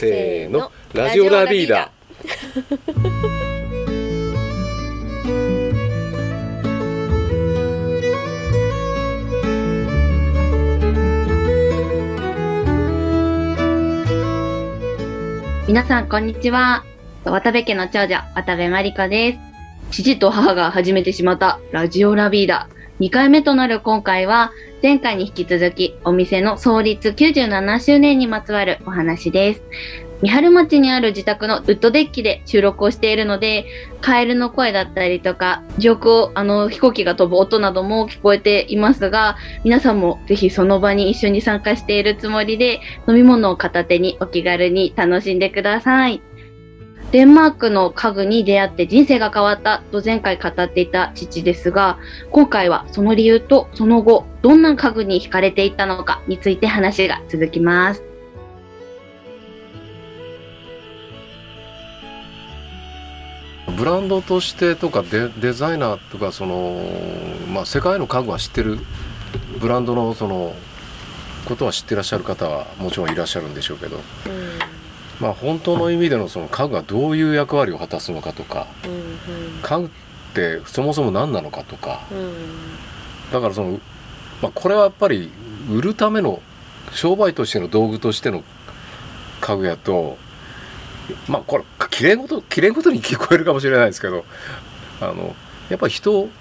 せーの、ラジオラビーダ。 皆さんこんにちは。渡部家の長女渡部真理子です。父と母が始めてしまったラジオラビーダ2回目となる今回は、前回に引き続きお店の創立97周年にまつわるお話です。三春町にある自宅のウッドデッキで収録をしているので、カエルの声だったりとか、上空を飛行機が飛ぶ音なども聞こえていますが、皆さんもぜひその場に一緒に参加しているつもりで、飲み物を片手にお気軽に楽しんでください。デンマークの家具に出会って人生が変わったと前回語っていた父ですが、今回はその理由とその後どんな家具に惹かれていったのかについて話が続きます。 ブランドとしてとかデザイナーとか世界の家具は知ってる、ブランドのことは知ってらっしゃる方はもちろんいらっしゃるんでしょうけど、本当の意味での家具がどういう役割を果たすのかとか、家具ってそもそも何なのかとか、だからこれはやっぱり売るための商売としての道具としての家具やと、これきれいごとに聞こえるかもしれないですけど、やっぱり人を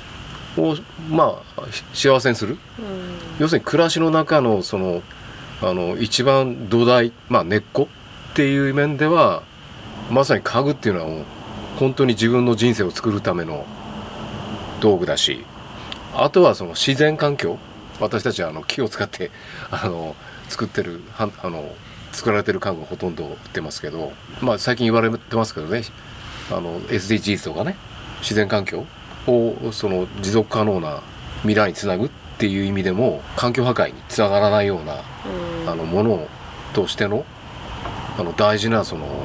幸せにする、要するに暮らしの中の一番土台、根っこっていう面では、まさに家具っていうのはもう本当に自分の人生を作るための道具だし、あとは自然環境、私たちは木を使って作られてる家具がほとんど売ってますけど、最近言われてますけどね、SDGs とかね、自然環境を持続可能な未来につなぐっていう意味でも、環境破壊につながらないようなものとしての大事な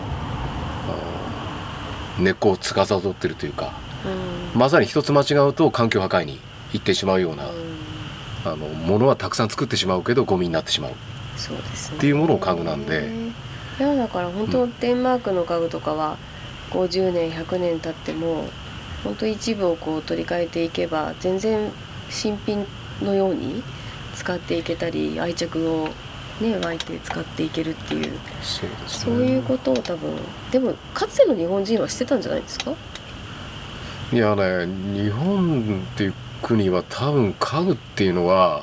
根っこを司ってるというか、まさに一つ間違うと環境破壊に行ってしまうようなものはたくさん作ってしまうけどゴミになってしまう、 そうですね、 っていうものを家具なんで、 いやだから本当、デンマークの家具とかは50年100年経っても本当一部を取り替えていけば全然新品のように使っていけたり、愛着を湧いて使っていけるっていう、そういうことを多分、でもかつての日本人はしてたんじゃないですか。 いやね、日本っていう国は多分家具っていうのは、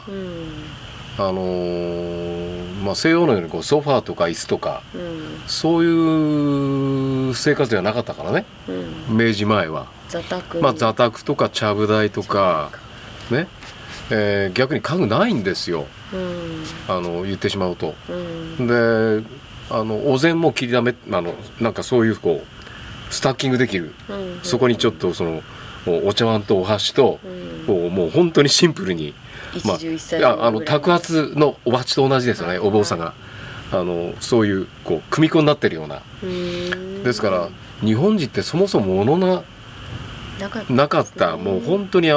西洋のようにソファーとか椅子とか、そういう生活ではなかったからね、明治前は座卓とかちゃぶ台とかね、逆に家具ないんですよ、言ってしまうと、でお膳も切りだめ、なんかそういうスタッキングできる、そこにちょっとお茶碗とお箸と、もう本当にシンプルに、托鉢のお鉢と同じですよね、お坊さんがそういう組子になってるような、ですから日本人ってそもそも物がなかった、もう本当に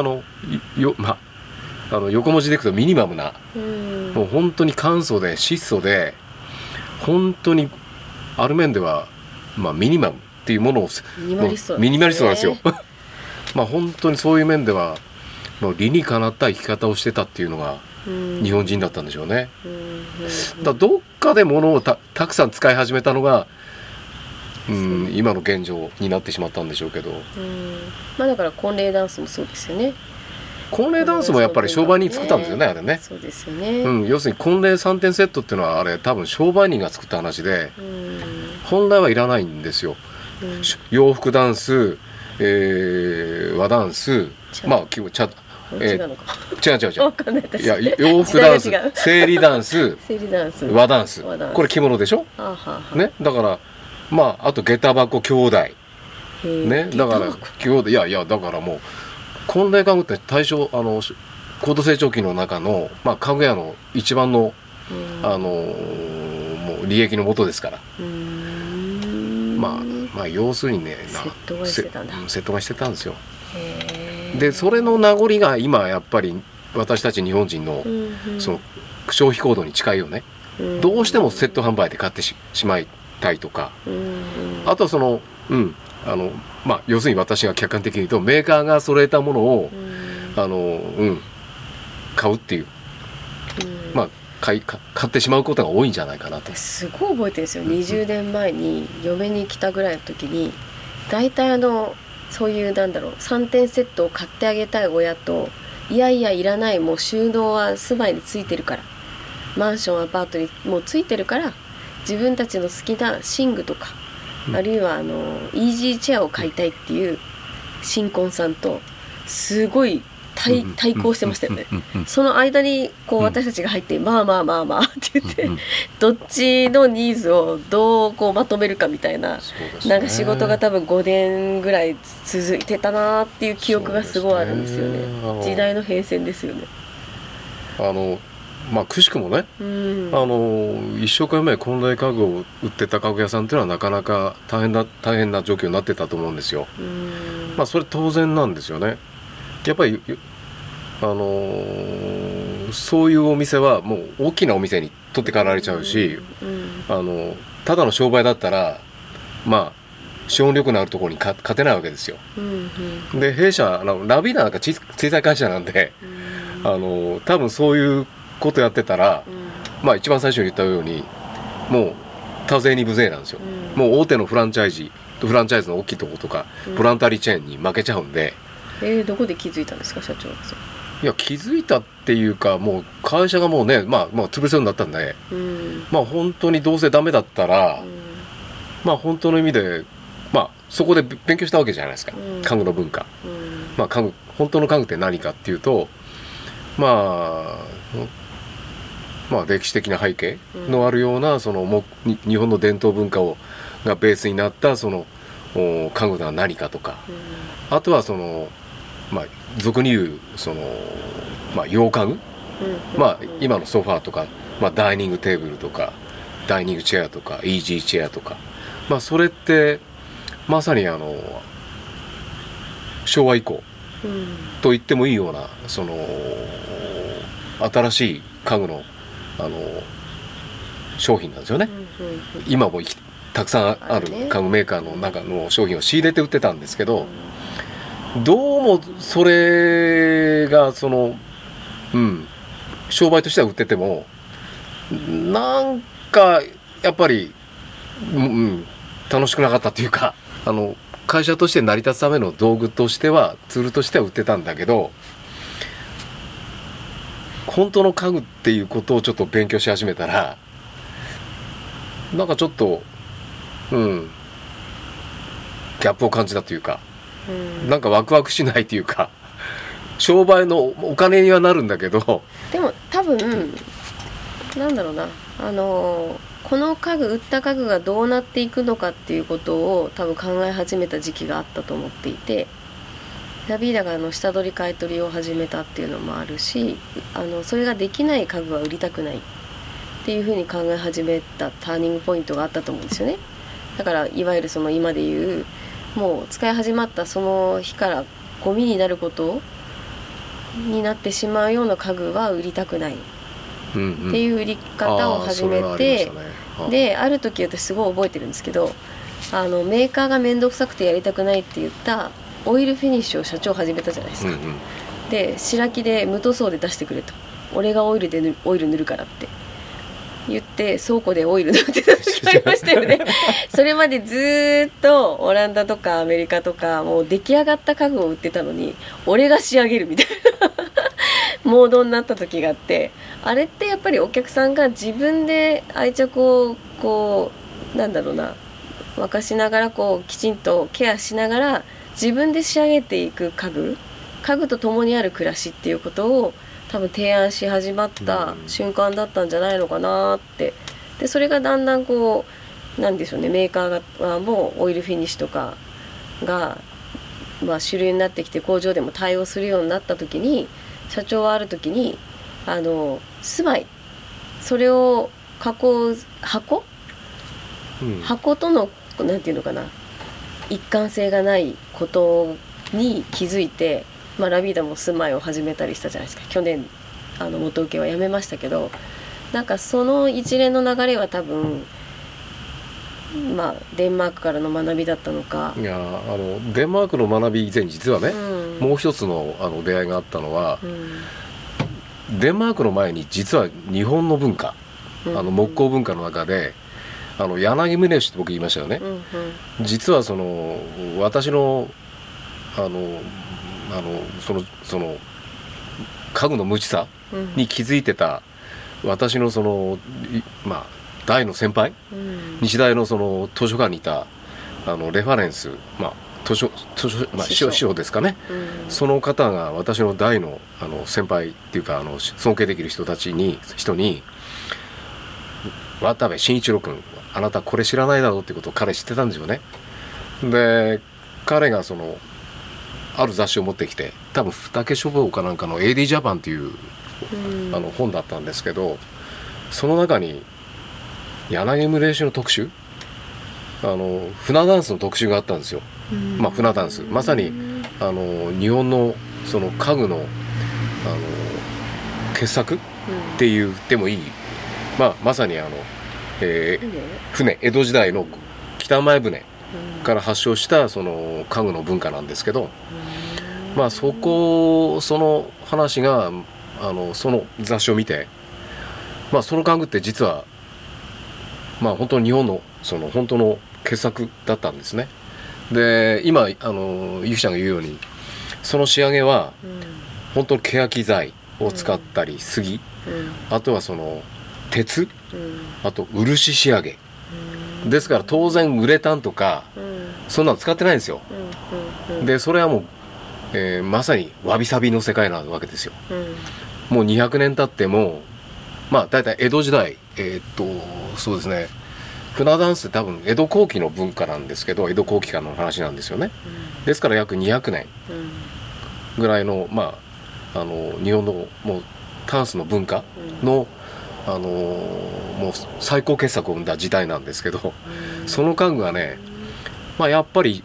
横文字でいくとミニマムな、もう本当に簡素で質素で、本当にある面では、ミニマムっていうものをミニマリストなんですよ本当にそういう面ではもう理にかなった生き方をしてたっていうのが日本人だったんでしょうね。だどっかで物を たくさん使い始めたのが、今の現状になってしまったんでしょうけど、 だから婚礼ダンスもそうですよね。 婚礼ダンスもやっぱり商売人作ったんですよね、あれね。 そうですよね、 要するに婚礼3点セットっていうのはあれ多分商売人が作った話で、本来はいらないんですよ、洋服ダンス、和ダンス、違う、いや洋服ダンス、生理ダンス和ダンス、これ着物でしょ、ね、だからあと下駄箱兄弟ね、だから兄弟、いやだからもう婚礼家具って大正高度成長期の中の、家具屋の一番の、もう利益の元ですから、要するにね、 セット買いしてたんだ。 セット買いしてたんですよ。でそれの名残が今やっぱり私たち日本人の、消費行動に近いよね、どうしてもセット販売で買ってしまいたいとか、あとはその要するに私が客観的に言うとメーカーが揃えたものを買うっていう、買ってしまうことが多いんじゃないかなと。 すごい覚えてるんですよ。20年前に嫁に来たぐらいの時に大体そういう3点セットを買ってあげたい親と、いやいやいらない、もう収納は住まいについてるから、マンションアパートにもうついてるから自分たちの好きな寝具とか、あるいはイージーチェアを買いたいっていう新婚さんとすごい対抗してましたよね。その間に私たちが入ってまあって言ってどっちのニーズをどうまとめるかみたいな、なんか仕事が多分5年ぐらい続いてたなっていう記憶がすごいあるんですよね。時代の変遷ですよね。 くしくもね、一生懸命近代家具を売ってた家具屋さんっていうのはなかなか大変な状況になってたと思うんですよ。それ当然なんですよね。やっぱりそういうお店はもう大きなお店に取って代わられちゃうし、ただの商売だったら資本力のあるところに勝てないわけですよ。で弊社ラビーダなんか小さい会社なんで、多分そういうことやってたら、一番最初に言ったようにもう多勢に無勢なんですよ。もう大手のフランチャイズの大きいところとか、プランタリーチェーンに負けちゃうんで。 どこで気づいたんですか、社長は。 いや、気づいたっていうか、もう会社がもうね、潰れそうになったんで、本当にどうせダメだったら、本当の意味でそこで勉強したわけじゃないですか、家具の文化。本当の家具って何かっていうと、歴史的な背景のあるような日本の伝統文化がベースになったその家具とは何かとか、あとは俗に言う洋家具、今のソファーとか、ダイニングテーブルとかダイニングチェアとかイージーチェアとか、それってまさに昭和以降と言ってもいいような新しい家具の商品なんですよね。今もたくさんある家具メーカーの中の商品を仕入れて売ってたんですけど、どうもそれが商売としては売っててもなんかやっぱり、楽しくなかったというか、会社として成り立つための道具としてはツールとしては売ってたんだけど、本当の家具っていうことをちょっと勉強し始めたら、なんかちょっとギャップを感じたというか、なんかワクワクしないというか、商売のお金にはなるんだけど、 でも多分この売った家具がどうなっていくのかっていうことを多分考え始めた時期があったと思っていて、ラビーダが下取り買い取りを始めたっていうのもあるし、それができない家具は売りたくないっていうふうに考え始めたターニングポイントがあったと思うんですよね。だからいわゆる今でいうもう使い始まったその日からゴミになることになってしまうような家具は売りたくないっていう売り方を始めて、である時私すごい覚えてるんですけど、メーカーが面倒くさくてやりたくないって言ったオイルフィニッシュを社長始めたじゃないですか。で白木で無塗装で出してくれと、俺がオイル塗るからって言って倉庫でオイル塗ってた時ありましたよね。それまでずっとオランダとかアメリカとかもう出来上がった家具を売ってたのに、俺が仕上げるみたいなモードになった時があって、あれってやっぱりお客さんが自分で愛着を沸かしながらきちんとケアしながら自分で仕上げていく家具と共にある暮らしっていうことを多分提案し始まった瞬間だったんじゃないのかなって。でそれがだんだんなんでしょうね、メーカーがもうオイルフィニッシュとかが主流になってきて工場でも対応するようになった時に、社長はある時に住まい、それを加工箱とのなんていうのかな、一貫性がないことに気づいて、ラビーダも住まいを始めたりしたじゃないですか。去年元請けはやめましたけど、なんかその一連の流れは多分まあ、デンマークからの学びだったのか。 いやデンマークの学び以前に実はね、もう一つの出会いがあったのは、デンマークの前に実は日本の文化、木工文化の中で柳宗悦って僕言いましたよね、実はその私のその家具の無知さに気づいてた私の大の先輩、日大のその図書館にいたレファレンス、師匠ですかね、その方が私の大の先輩っていうか尊敬できる人に渡部慎一郎君、あなたこれ知らないだろうっていうことを彼知ってたんですよね。で彼がある雑誌を持ってきて、多分竹書房かなんかの AD ジャパンっていう本だったんですけど、その中に柳宗悦の特集、船ダンスの特集があったんですよ。船ダンス、まさに日本のその家具の傑作って言ってもいい、まさに船、江戸時代の北前船から発祥したその家具の文化なんですけど、その話がその雑誌を見て、その家具って実は本当に日本のその本当の傑作だったんですね。で今ゆきちゃんが言うように、その仕上げは本当に欅材を使ったり、杉、あとはその鉄、あと漆仕上げですから、当然ウレタンとかそんなの使ってないんですよ。でそれはもう、まさにわびさびの世界なわけですよ。もう200年経ってもだいたい江戸時代、そうですね、船ダンスって多分江戸後期の文化なんですけど、江戸後期からの話なんですよね。ですから約200年ぐらいの日本のもうタンスの文化の、もう最高傑作を生んだ時代なんですけど、その家具がね、やっぱり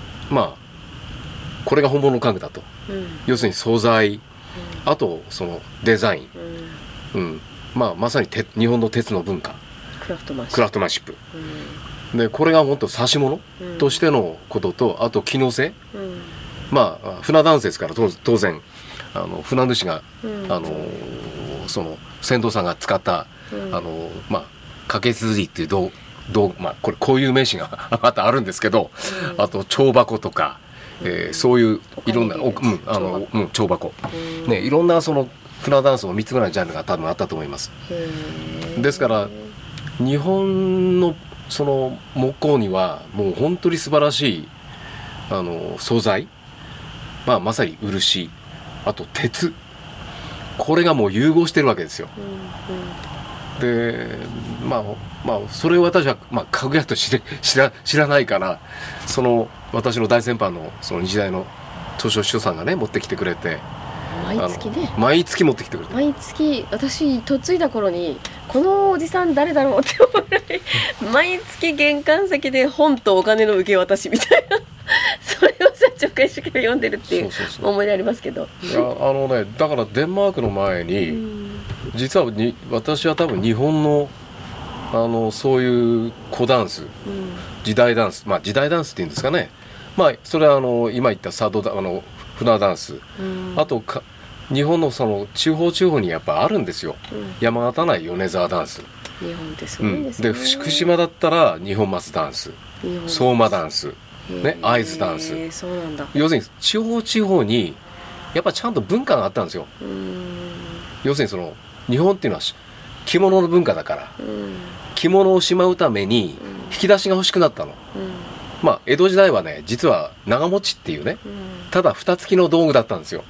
これが本物の家具だと、要するに素材、あとそのデザイン、まさに日本の鉄の文化、クラフトマンシップ、でこれが本当指物としてのことと、あと機能性、船ダンスですから当然船主が、その船頭さんが使った掛け綴りっていうこういう名詞がまたあるんですけど、あと帳箱とか、そういういろんな帳箱、いろんなその船ダンスの3つぐらいのジャンルが多分あったと思います。ですから日本のその木工にはもう本当に素晴らしい素材、まさに漆、あと鉄、これがもう融合してるわけですよ。でそれを私は家具屋と知らないから、その私の大先輩のその日大の東証師匠さんがね持ってきてくれて、毎月持ってきてくれて、 毎月私嫁いだ頃にこのおじさん誰だろうって思うぐらい毎月玄関先で本とお金の受け渡しみたいなそれを一生懸命読んでるっていう思い出ありますけど、 だからデンマークの前に、実は私は多分日本のそういう古ダンス、時代ダンス、時代ダンスっていうんですかね、それは今言った船ダンス、あと日本のその地方にやっぱあるんですよ、山形内米沢ダンス、 日本ってすごいですね。 で福島だったら日本松ダンス、相馬ダンス、会津ダンス、 そうなんだ。 要するに地方にやっぱちゃんと文化があったんですよ。要するにその日本っていうのは着物の文化だから、着物をしまうために引き出しが欲しくなったの。江戸時代はね、実は長持ちっていうね、ただ蓋付きの道具だったんですよ。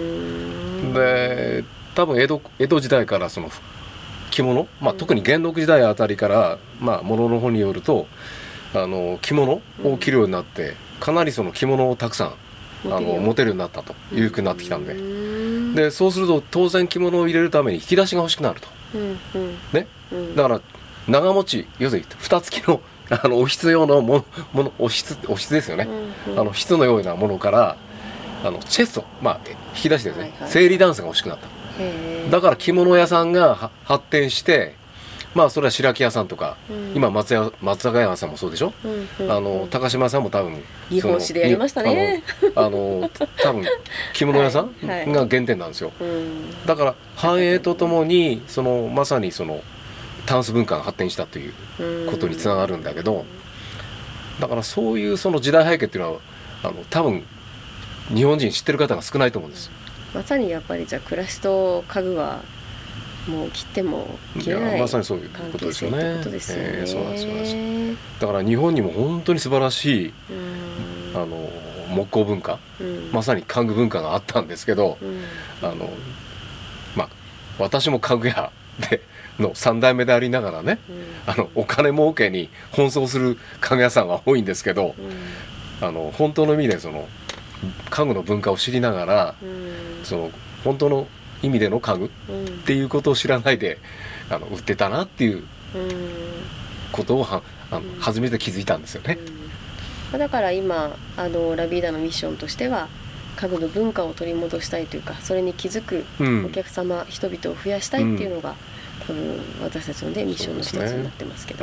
で多分江戸時代からその着物、特に元禄時代あたりから、物の本によると着物を着るようになって、かなりその着物をたくさん持てるようになったというふうになってきたんで、でそうすると当然着物を入れるために引き出しが欲しくなると、だから長持ち、要するに蓋付きのお筆用のお筆ですよね、筆のようなものからチェスト、引き出してですね、整理ダンスが欲しくなった。だから着物屋さんが発展して、 まあそれは白木屋さんとか、今松坂屋さんもそうでしょ、高島さんも多分日本史でやりましたね。 多分着物屋さんが原点なんですよ。だから繁栄とともにまさにタンス文化が発展したということにつながるんだけど、だからそういう時代背景っていうのは多分日本人知ってる方が少ないと思うんです。 まさにやっぱりじゃあ暮らしと家具はもう切っても切れないまさにそういうことですよね。 そうです。 だから日本にも本当に素晴らしい木工文化、まさに家具文化があったんですけど、まあ私も家具屋での3代目でありながらね、お金儲けに奔走する家具屋さんは多いんですけど、本当の意味で家具の文化を知りながら、本当の意味での家具っていうことを知らないで売ってたなっていうことを初めて気づいたんですよね。 だから今ラビーダのミッションとしては家具の文化を取り戻したいというか、それに気づくお客様、人々を増やしたいっていうのが、多分私たちの、ミッションの一つになってますけど、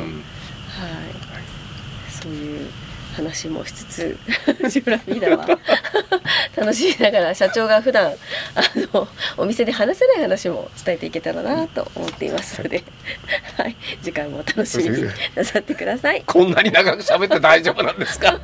そういう話もしつつジオラビーダは楽しみながら、社長が普段お店で話せない話も伝えていけたらなと思っていますので、次回も楽しみになさってください。 こんなに長く喋って大丈夫なんですか？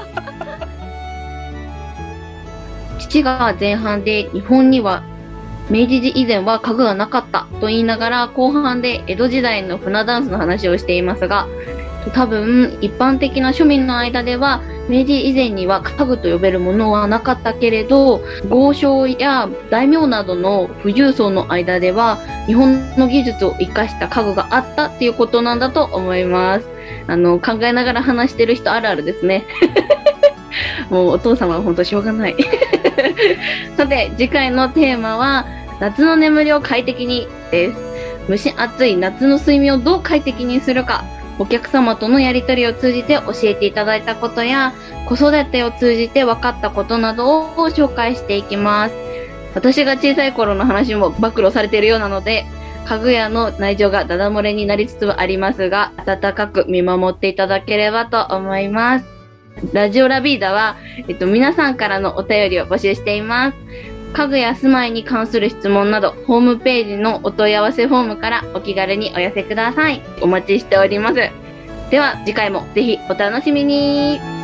父が前半で日本には明治時以前は家具がなかったと言いながら、後半で江戸時代の船ダンスの話をしていますが、多分一般的な庶民の間では明治以前には家具と呼べるものはなかったけれど、豪商や大名などの富裕層の間では日本の技術を生かした家具があったっていうことなんだと思います。考えながら話してる人あるあるですね。もうお父様は本当しょうがない。さて次回のテーマは夏の眠りを快適にです。蒸し暑い夏の睡眠をどう快適にするか、お客様とのやり取りを通じて教えていただいたことや、子育てを通じて分かったことなどを紹介していきます。私が小さい頃の話も暴露されているようなので、家具屋の内情がダダ漏れになりつつありますが、温かく見守っていただければと思います。ラジオラビーダは、皆さんからのお便りを募集しています。家具や住まいに関する質問など、ホームページのお問い合わせフォームからお気軽にお寄せください。お待ちしております。では次回もぜひお楽しみに。